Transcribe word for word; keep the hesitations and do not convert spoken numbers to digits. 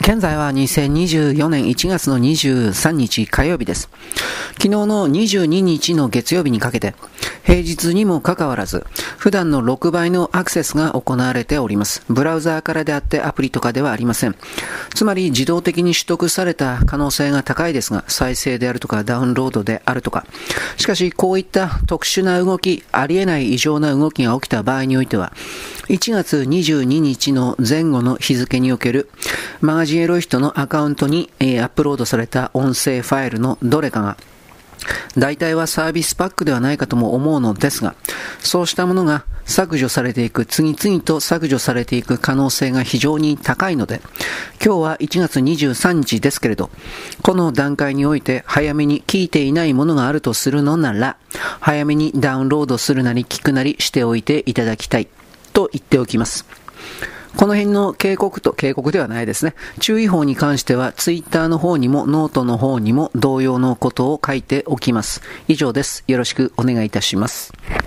現在はにせんにじゅうよねんいちがつのにじゅうさんにち火曜日です。昨日のにじゅうににちの月曜日にかけて、平日にもかかわらず、普段のろくばいのアクセスが行われております。ブラウザーからであってアプリとかではありません。つまり自動的に取得された可能性が高いですが、再生であるとかダウンロードであるとか。しかしこういった特殊な動き、ありえない異常な動きが起きた場合においては、いちがつにじゅうににちの前後の日付におけるマガジンエロイ人のアカウントに、えー、アップロードされた音声ファイルのどれかが大体はサービスパックではないかとも思うのですが、そうしたものが削除されていく、次々と削除されていく可能性が非常に高いので、今日はいちがつにじゅうさんにちですけれど、この段階において早めに聞いていないものがあるとするのなら、早めにダウンロードするなり聞くなりしておいていただきたいと言っておきます。この辺の警告と、警告ではないですね。注意報に関しては、ツイッターの方にもノートの方にも同様のことを書いておきます。以上です。よろしくお願いいたします。